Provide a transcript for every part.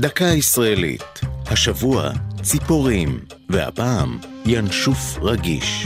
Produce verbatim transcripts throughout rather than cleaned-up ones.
דקה ישראלית. השבוע ציפורים, והפעם ינשוף רגיש.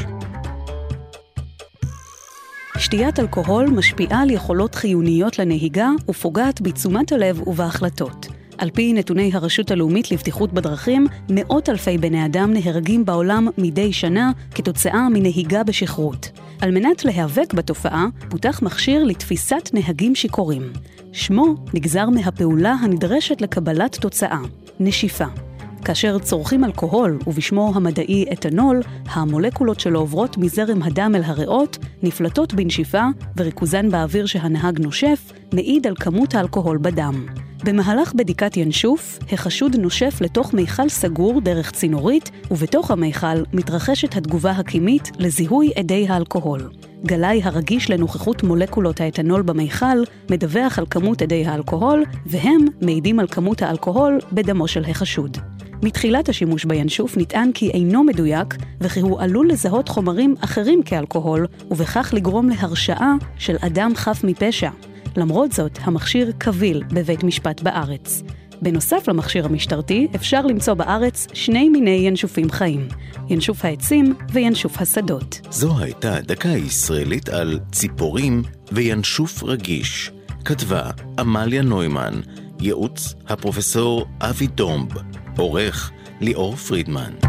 שתיית אלכוהול משפיעה על יכולות חיוניות לנהיגה ופוגעת בתשומת הלב ובהחלטות. על פי נתוני הרשות הלאומית לבטיחות בדרכים, מאות אלפי בני אדם נהרגים בעולם מדי שנה כתוצאה מנהיגה בשכרות. על מנת להיאבק בתופעה, פותח מכשיר לתפיסת נהגים שיכורים. שמו נגזר מהפעולה הנדרשת לקבלת תוצאה, נשיפה. כאשר צורכים אלכוהול, ובשמו המדעי אתנול, המולקולות שלו עוברות מזרם הדם אל הריאות, נפלטות בנשיפה, וריכוזן באוויר שהנהג נושף, מעיד על כמות האלכוהול בדם. במהלך בדיקת ינשוף, החשוד נושף לתוך מיכל סגור דרך צינורית, ובתוך המיכל מתרחשת התגובה הקימית לזיהוי עדי האלכוהול. גלאי הרגיש לנוכחות מולקולות האתנול במיכל מדווח על כמות עדי האלכוהול, והם מעידים על כמות האלכוהול בדמו של החשוד. מתחילת השימוש בינשוף נטען כי אינו מדויק, וכי הוא עלול לזהות חומרים אחרים כאלכוהול, ובכך לגרום להרשעה של אדם חף מפשע. למרות זאת, המכשיר קביל בבית משפט בארץ. בנוסף למכשיר המשטרתי, אפשר למצוא בארץ שני מיני ינשופים חיים, ינשוף העצים וינשוף השדות. זו הייתה דקה ישראלית על ציפורים וינשוף רגיש. כתבה אמליה נוימן, ייעוץ הפרופסור אבי דומב, עורך ליאור פרידמן.